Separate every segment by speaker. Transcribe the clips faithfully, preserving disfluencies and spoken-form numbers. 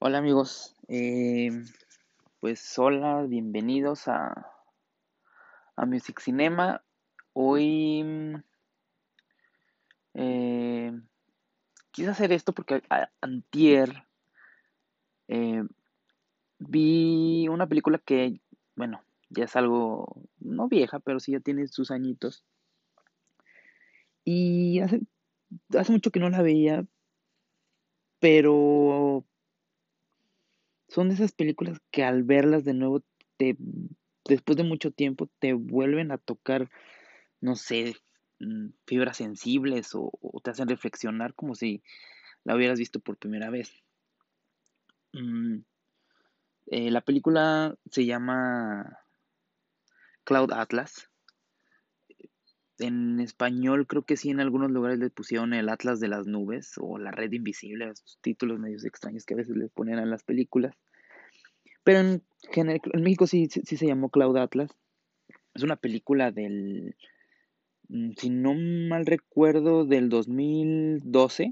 Speaker 1: Hola amigos, eh, pues hola, bienvenidos a, a Music Cinema. Hoy mm, eh, quise hacer esto porque a- antier eh, vi una película que, bueno, ya es algo, no vieja, pero sí ya tiene sus añitos. Y hace, hace mucho que no la veía, pero son de esas películas que al verlas de nuevo, te, después de mucho tiempo, te vuelven a tocar, no sé, mm, fibras sensibles o, o te hacen reflexionar como si la hubieras visto por primera vez. Mm, eh, la película se llama Cloud Atlas. En español creo que sí, en algunos lugares le pusieron el Atlas de las Nubes o la Red Invisible, esos títulos medios extraños que a veces le ponen a las películas. Pero en, gener- en México sí, sí, sí se llamó Cloud Atlas. Es una película del, mm, si no mal recuerdo, del dos mil doce.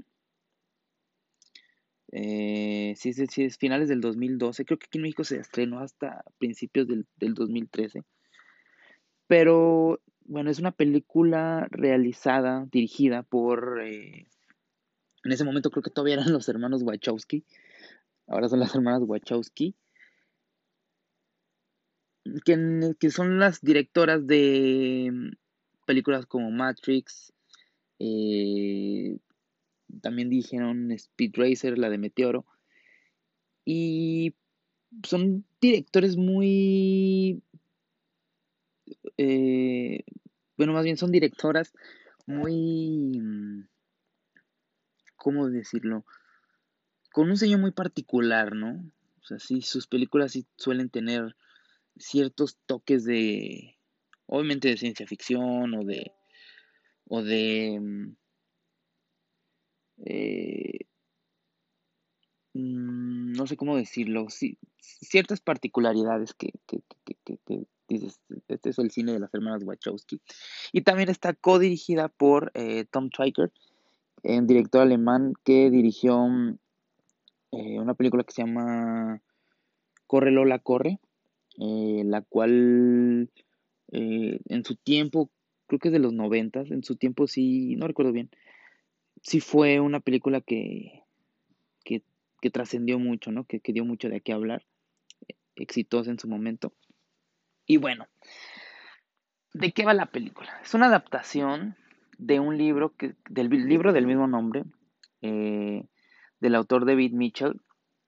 Speaker 1: Eh, sí, sí, sí, es finales del dos mil doce. Creo que aquí en México se estrenó hasta principios del, del dos mil trece. Pero bueno, es una película realizada, dirigida por, eh, en ese momento creo que todavía eran los hermanos Wachowski. Ahora son las hermanas Wachowski, que, que son las directoras de mm, películas como Matrix. eh, También dijeron Speed Racer, la de Meteoro. Y son directores muy eh, bueno, más bien son directoras muy, mm, ¿cómo decirlo? Con un sello muy particular, ¿no? O sea, sí, sus películas sí suelen tener ciertos toques de, obviamente de ciencia ficción o de, o de, mm, eh, mm, no sé cómo decirlo, sí, ciertas particularidades que, que, que, que, que dices, este es el cine de las hermanas Wachowski. Y también está codirigida por eh, Tom Tykwer, un director alemán que dirigió eh, una película que se llama Corre Lola Corre, eh, la cual eh, en su tiempo, creo que es de los noventas, en su tiempo sí, no recuerdo bien, sí fue una película que, que, que trascendió mucho, ¿no? Que, que dio mucho de qué hablar, exitosa en su momento. Y bueno, ¿de qué va la película? Es una adaptación de un libro, que, del libro del mismo nombre, eh, del autor David Mitchell,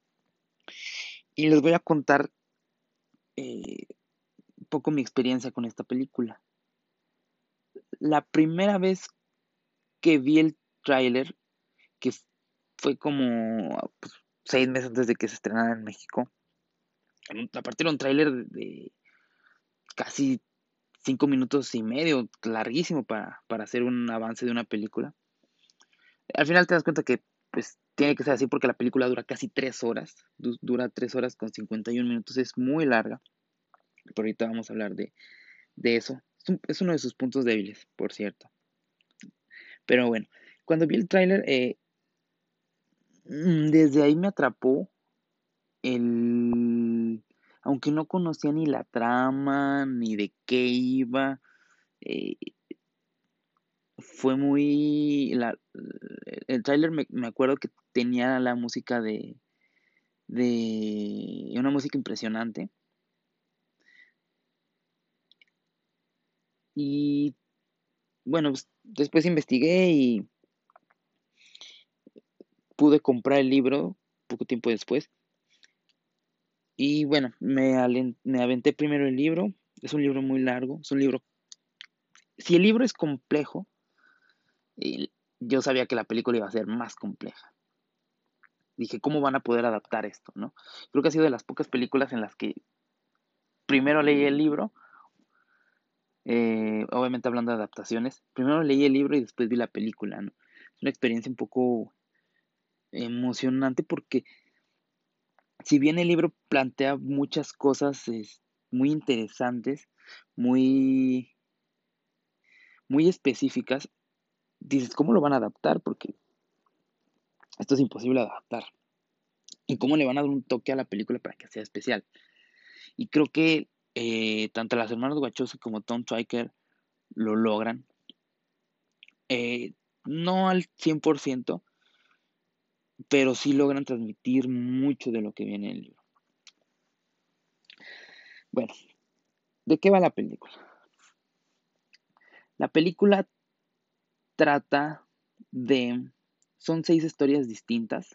Speaker 1: y les voy a contar eh, un poco mi experiencia con esta película. La primera vez que vi el tráiler, que fue como pues, seis meses antes de que se estrenara en México, aparte era un tráiler de, de casi cinco minutos y medio, larguísimo para, para hacer un avance de una película. Al final te das cuenta que pues tiene que ser así porque la película dura casi tres horas, du- dura tres horas con cincuenta y un minutos, es muy larga, pero ahorita vamos a hablar de, de eso. Es, un- es uno de sus puntos débiles, por cierto. Pero bueno, cuando vi el tráiler, eh, mm, desde ahí me atrapó el... Aunque no conocía ni la trama, ni de qué iba, eh, fue muy... La, el tráiler me, me acuerdo que tenía la música de, de... Una música impresionante. Y bueno, pues, después investigué y pude comprar el libro poco tiempo después. Y bueno, me, alen- me aventé primero el libro. Es un libro muy largo. Es un libro... Si el libro es complejo, y yo sabía que la película iba a ser más compleja. Dije, ¿cómo van a poder adaptar esto, no? Creo que ha sido de las pocas películas en las que primero leí el libro, eh, obviamente hablando de adaptaciones, primero leí el libro y después vi la película, ¿no? Es una experiencia un poco emocionante porque si bien el libro plantea muchas cosas es, muy interesantes, muy, muy específicas, dices, ¿cómo lo van a adaptar? Porque esto es imposible de adaptar. y cómo le van a dar un toque a la película para que sea especial. Y creo que eh, tanto las hermanas Wachowski como Tom Twyker lo logran. Eh, no al cien por ciento, pero sí logran transmitir mucho de lo que viene en el libro. Bueno, ¿de qué va la película? La película trata de... Son seis historias distintas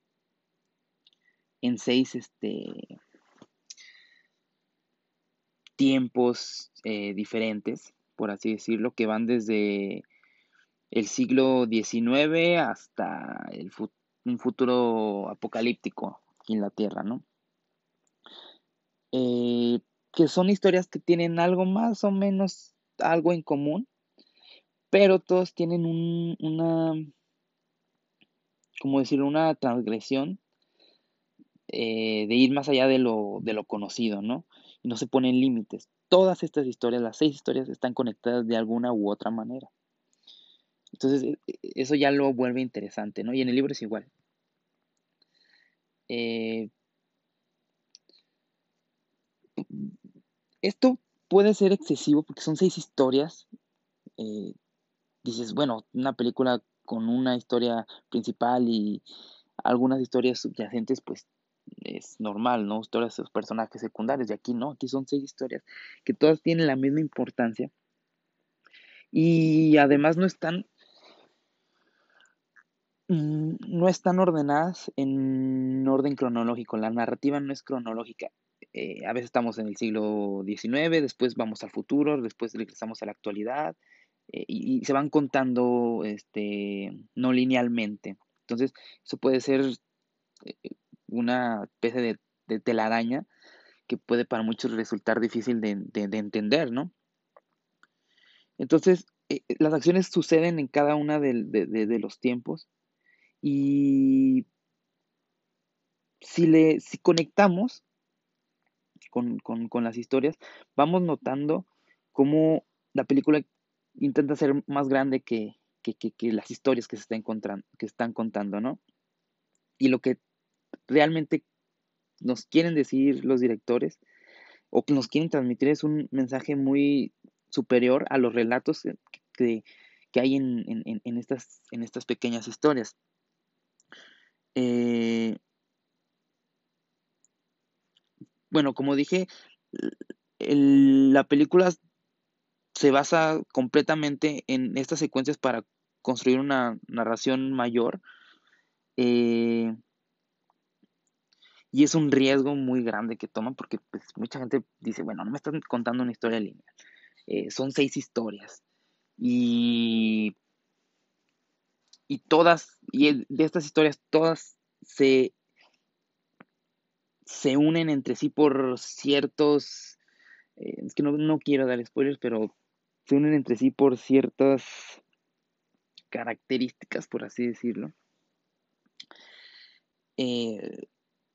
Speaker 1: en seis este, tiempos eh, diferentes, por así decirlo, que van desde el siglo diecinueve hasta el fu- un futuro apocalíptico aquí en la Tierra, ¿no? Eh, que son historias que tienen algo más o menos algo en común, pero todos tienen un, una, como decirlo, una transgresión eh, de ir más allá de lo, de lo conocido, ¿no? Y no se ponen límites. Todas estas historias, las seis historias, están conectadas de alguna u otra manera. Entonces, e- e- eso ya lo vuelve interesante, ¿no? Y en el libro es igual. Eh, Esto puede ser excesivo porque son seis historias. eh, Dices, bueno, una película con una historia principal y algunas historias subyacentes, pues es normal, ¿no? Historias de los personajes secundarios. Y aquí no, aquí son seis historias que todas tienen la misma importancia. Y además no están, mm, no están ordenadas en orden cronológico. La narrativa no es cronológica. Eh, a veces estamos en el siglo diecinueve, después vamos al futuro, después regresamos a la actualidad, eh, y, y se van contando este, no linealmente. Entonces, eso puede ser eh, una especie de, de telaraña que puede para muchos resultar difícil de, de- de entender, ¿no? Entonces, eh, las acciones suceden en cada una del- de, de- de los tiempos y si, le, si conectamos con, con- con las historias, vamos notando cómo la película intenta ser más grande que, que- que- que las historias que se están encontrando, que están contando, ¿no? Y lo que realmente nos quieren decir los directores o que nos quieren transmitir es un mensaje muy superior a los relatos que, que hay en, en- en- en estas, en estas pequeñas historias. Eh, bueno, como dije, el- la película se basa completamente en estas secuencias para construir una narración mayor, eh, y es un riesgo muy grande que toman porque pues, mucha gente dice, bueno, no me están contando una historia lineal, eh, son seis historias y, y todas, y de estas historias todas se, se unen entre sí por ciertos, eh, es que no, no quiero dar spoilers, pero se unen entre sí por ciertas características, por así decirlo. Eh,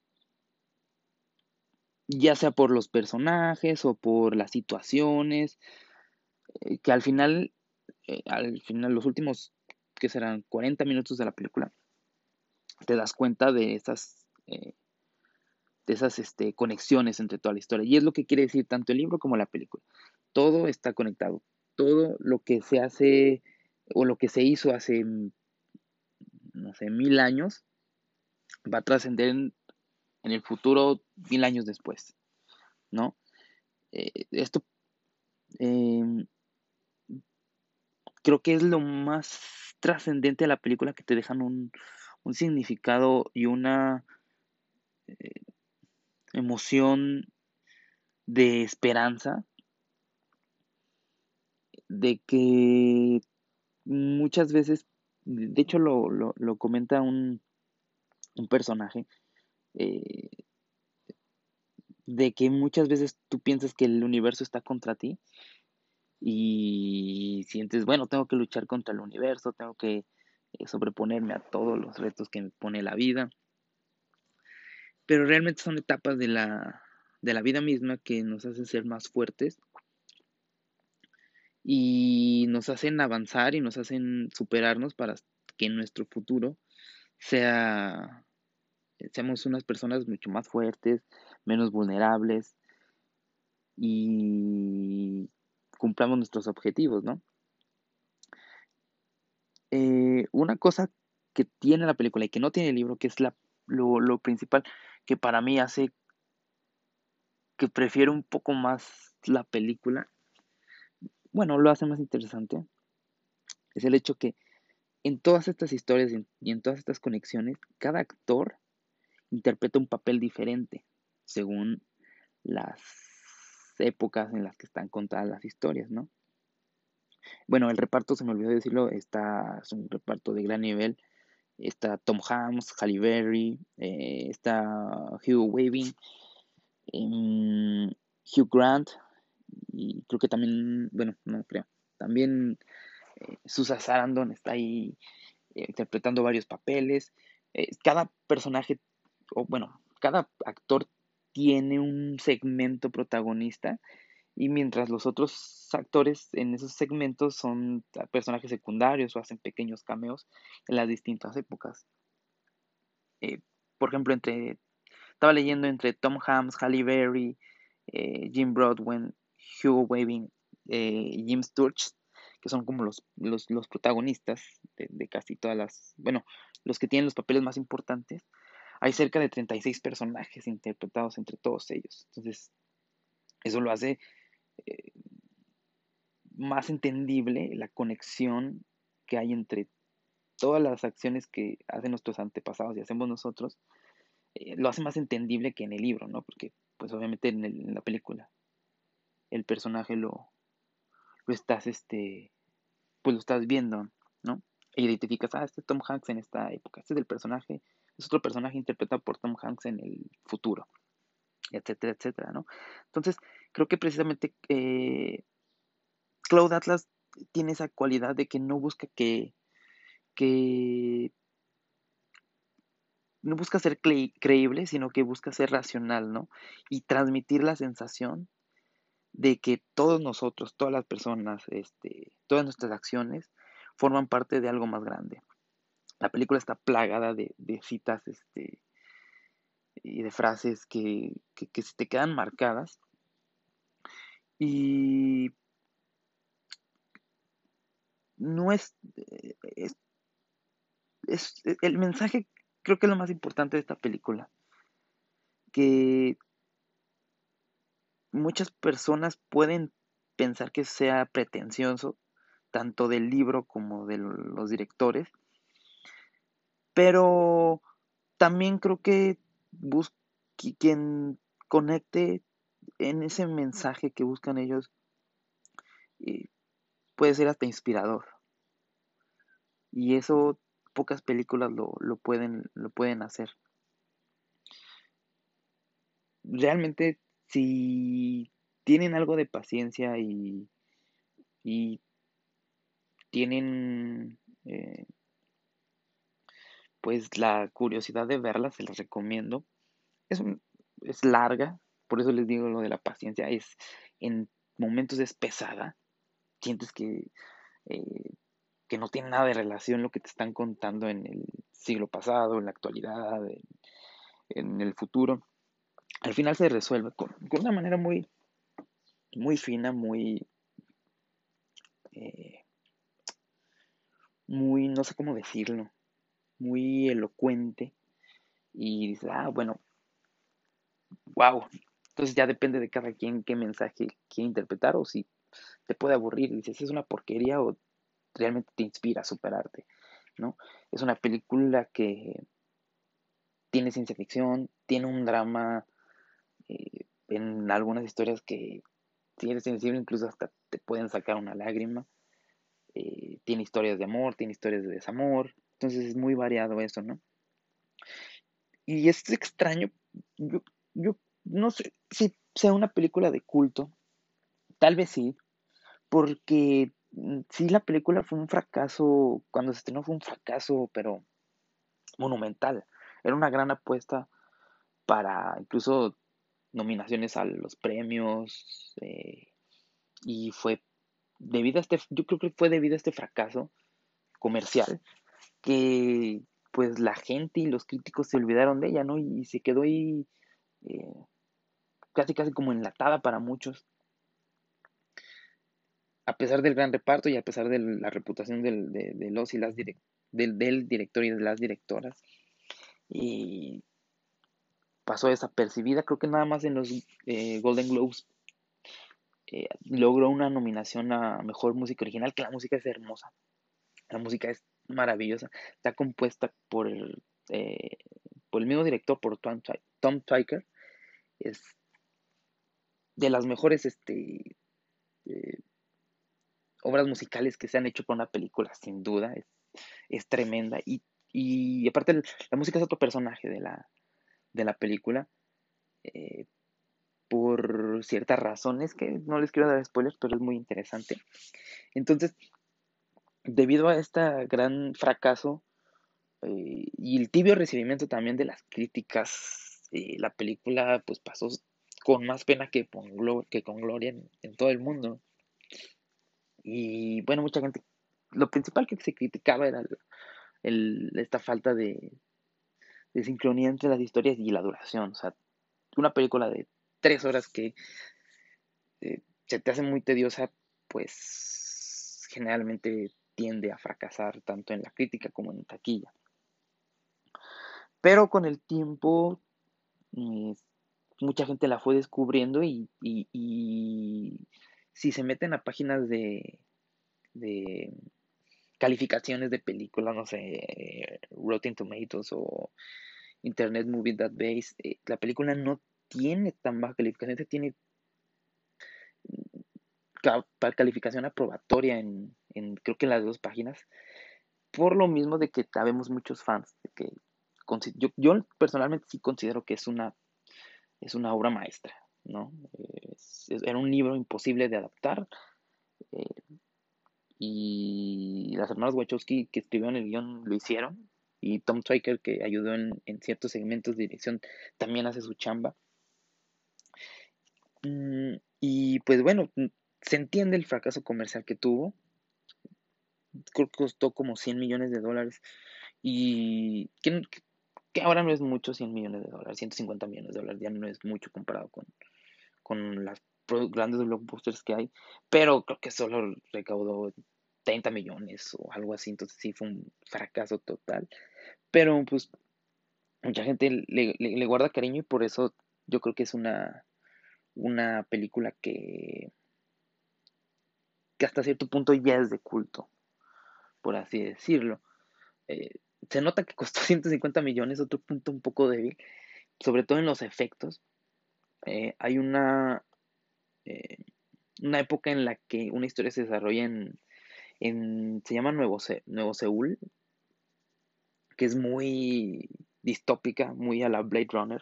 Speaker 1: ya sea por los personajes o por las situaciones, eh, que al final, eh, al final, los últimos, que serán cuarenta minutos de la película, te das cuenta de esas, eh, de esas este, conexiones entre toda la historia. Y es lo que quiere decir tanto el libro como la película. Todo está conectado. Todo lo que se hace o lo que se hizo hace, no sé, mil años, va a trascender en, en el futuro mil años después, ¿no? Eh, esto eh, creo que es lo más trascendente de la película, que te dejan un, un significado y una emoción de esperanza, de que muchas veces, de hecho lo, lo, lo comenta un, un personaje, eh, de que muchas veces tú piensas que el universo está contra ti y sientes, bueno, tengo que luchar contra el universo, tengo que eh, sobreponerme a todos los retos que me pone la vida, pero realmente son etapas de la, de la vida misma que nos hacen ser más fuertes y nos hacen avanzar y nos hacen superarnos para que nuestro futuro sea, seamos unas personas mucho más fuertes, menos vulnerables y cumplamos nuestros objetivos, ¿no? Eh, una cosa que tiene la película y que no tiene el libro, que es la, lo, lo principal, que para mí hace que prefiero un poco más la película, bueno, lo hace más interesante, es el hecho que en todas estas historias y en, y en todas estas conexiones, cada actor interpreta un papel diferente según las épocas en las que están contadas las historias, ¿no? Bueno, el reparto, se me olvidó decirlo, está, es un reparto de gran nivel. Está Tom Hanks, Halle Berry, eh, está Hugh Weaving, em, Hugh Grant, y creo que también, bueno, no creo, también eh, Susan Sarandon está ahí eh, interpretando varios papeles. Eh, cada personaje, o bueno, cada actor tiene un segmento protagonista y mientras los otros actores en esos segmentos son personajes secundarios o hacen pequeños cameos en las distintas épocas. Eh, por ejemplo, entre, estaba leyendo entre Tom Hanks, Halle Berry, eh, Jim Broadbent, Hugo Weaving, eh, Jim Sturges, que son como los, los, los protagonistas de, de, casi todas las, bueno, los que tienen los papeles más importantes. Hay cerca de treinta y seis personajes interpretados entre todos ellos. Entonces, eso lo hace eh, más entendible la conexión que hay entre todas las acciones que hacen nuestros antepasados y hacemos nosotros, eh, lo hace más entendible que en el libro, ¿no? Porque, pues obviamente en, el- en la película el personaje lo, lo estás, este, pues lo estás viendo, ¿no? E identificas, ah, este es Tom Hanks en esta época, este es el personaje, es otro personaje interpretado por Tom Hanks en el futuro, etcétera, etcétera, ¿no? Entonces, creo que precisamente eh, Cloud Atlas tiene esa cualidad de que no busca que, que no busca ser cre- creíble, sino que busca ser racional, ¿no? Y transmitir la sensación de que todos nosotros, todas las personas, este, todas nuestras acciones forman parte de algo más grande. La película está plagada de, de citas este, y de frases que, que, que se te quedan marcadas. Y no es, es, es, el mensaje, creo que es lo más importante de esta película, que muchas personas pueden pensar que sea pretencioso, tanto del libro como de los directores, pero también creo que bus quien conecte en ese mensaje que buscan ellos eh, puede ser hasta inspirador. Y eso pocas películas lo, lo pueden, lo pueden hacer. Realmente, si tienen algo de paciencia y, y tienen eh, pues la curiosidad de verla, se las recomiendo. Es, un- es larga, por eso les digo lo de la paciencia, es en momentos es pesada, sientes que, eh, que no tiene nada de relación lo que te están contando en el siglo pasado, en la actualidad, en, en el futuro. Al final se resuelve con, con una manera muy, muy fina, muy, eh, muy, no sé cómo decirlo, muy elocuente. Y dices, ah, bueno, wow. Entonces ya depende de cada quien qué mensaje quiere interpretar o si te puede aburrir y dices, es una porquería o realmente te inspira a superarte, ¿no? Es una película que tiene ciencia ficción, tiene un drama, eh, en algunas historias que si eres sensible incluso hasta te pueden sacar una lágrima. Eh, tiene historias de amor, tiene historias de desamor, entonces es muy variado eso, ¿no? Y es extraño, yo, yo no sé si sea una película de culto, tal vez sí, porque mm, sí la película fue un fracaso, cuando se estrenó fue un fracaso, pero monumental. Era una gran apuesta para incluso nominaciones a los premios eh, y fue debido a este, yo creo que fue debido a este fracaso comercial que pues la gente y los críticos se olvidaron de ella, ¿no? Y, y se quedó ahí eh, casi casi como enlatada para muchos, a pesar del gran reparto y a pesar de la reputación del, de, de los y las direc- del, del director y de las directoras. Y pasó desapercibida, creo que nada más en los eh, Golden Globes eh, logró una nominación a Mejor Música Original, que la música es hermosa, la música es maravillosa, está compuesta por el, eh, por el mismo director, por Tom, Tom Tykwer, es de las mejores este, eh, obras musicales que se han hecho por una película, sin duda, es, es tremenda, y, y aparte la música es otro personaje de la, de la película, eh, por ciertas razones que no les quiero dar spoilers, pero es muy interesante. Entonces, debido a este gran fracaso eh, y el tibio recibimiento también de las críticas, eh, la película pues pasó con más pena que con, glo- que con gloria en, en todo el mundo. Y bueno, mucha gente, lo principal que se criticaba era el- el- esta falta de, de sincronía entre las historias y la duración. O sea, una película de tres horas que eh, se te hace muy tediosa, pues generalmente tiende a fracasar tanto en la crítica como en taquilla. Pero con el tiempo, eh, mucha gente la fue descubriendo y, y- y si se meten a páginas de, de calificaciones de películas, no sé, eh, Rotten Tomatoes o Internet Movie Database, eh, la película no tiene tan baja calificación, tiene ca- calificación aprobatoria en, en creo que en las dos páginas, por lo mismo de que sabemos muchos fans, de que consi- yo, yo personalmente sí considero que es una, es una obra maestra, ¿no? Es- es- era un libro imposible de adaptar, eh, y las hermanas Wachowski que escribieron el guión lo hicieron, y Tom Tykwer, que ayudó en, en ciertos segmentos de dirección, también hace su chamba. Mm, y pues bueno, mm, se entiende el fracaso comercial que tuvo, creo que costó como cien millones de dólares, y que, que ahora no es mucho cien millones de dólares, ciento cincuenta millones de dólares, ya no es mucho comparado con, con las grandes blockbusters que hay, pero creo que solo recaudó treinta millones o algo así, entonces sí fue un fracaso total, pero pues mucha gente le, le, le guarda cariño y por eso yo creo que es una, una película que, que hasta cierto punto ya es de culto, por así decirlo. Eh, Se nota que costó ciento cincuenta millones, otro punto un poco débil, sobre todo en los efectos. Eh, hay una, eh, una época en la que una historia se desarrolla en, en se llama Nuevo, Se- Nuevo Seúl, que es muy distópica, muy a la Blade Runner,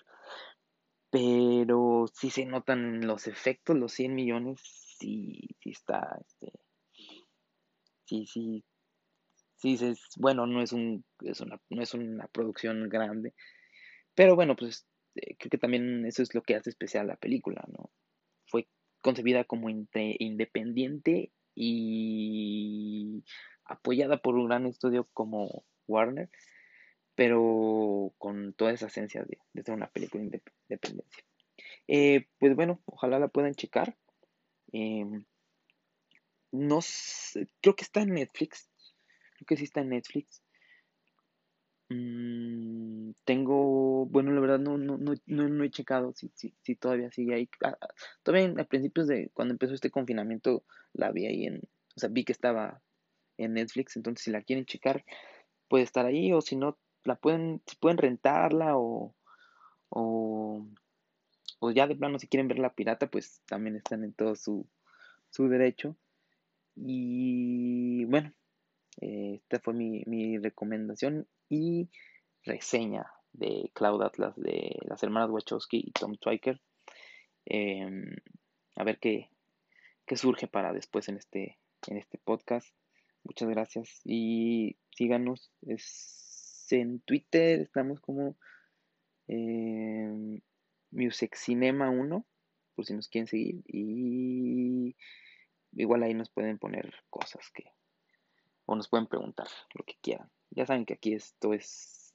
Speaker 1: pero sí se notan en los efectos, los cien millones, sí, sí está, este, sí, sí, sí, es, bueno, no es un, es una, no es una producción grande, pero bueno, pues eh, creo que también eso es lo que hace especial la película, ¿no? Fue concebida como inte- independiente y apoyada por un gran estudio como Warner, pero con toda esa esencia de, de ser una película de independencia. Eh, pues bueno, ojalá la puedan checar. Em, no sé, creo que está en Netflix. Creo que sí está en Netflix. Mm, tengo, bueno, la verdad no, no, no, no, no he checado si, si, si todavía sigue ahí. Ah, ah, todavía en- a principios de cuando empezó este confinamiento la vi ahí en, o sea, vi que estaba en Netflix, entonces si la quieren checar puede estar ahí o si no, la pueden, si pueden rentarla o, o, o ya de plano si quieren ver la pirata, pues también están en todo su, su derecho. Y bueno, eh, esta fue mi, mi recomendación y reseña de Cloud Atlas de las hermanas Wachowski y Tom Twyker. Em, a ver qué, qué surge para después en este, en este podcast. Muchas gracias y síganos. Es en Twitter, estamos como eh, Music Cinema uno, por si nos quieren seguir. Y igual ahí nos pueden poner cosas que, o nos pueden preguntar lo que quieran. Ya saben que aquí esto es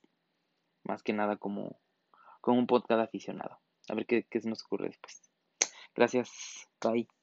Speaker 1: más que nada como, como un podcast aficionado. A ver qué, qué se nos ocurre después. Gracias, bye.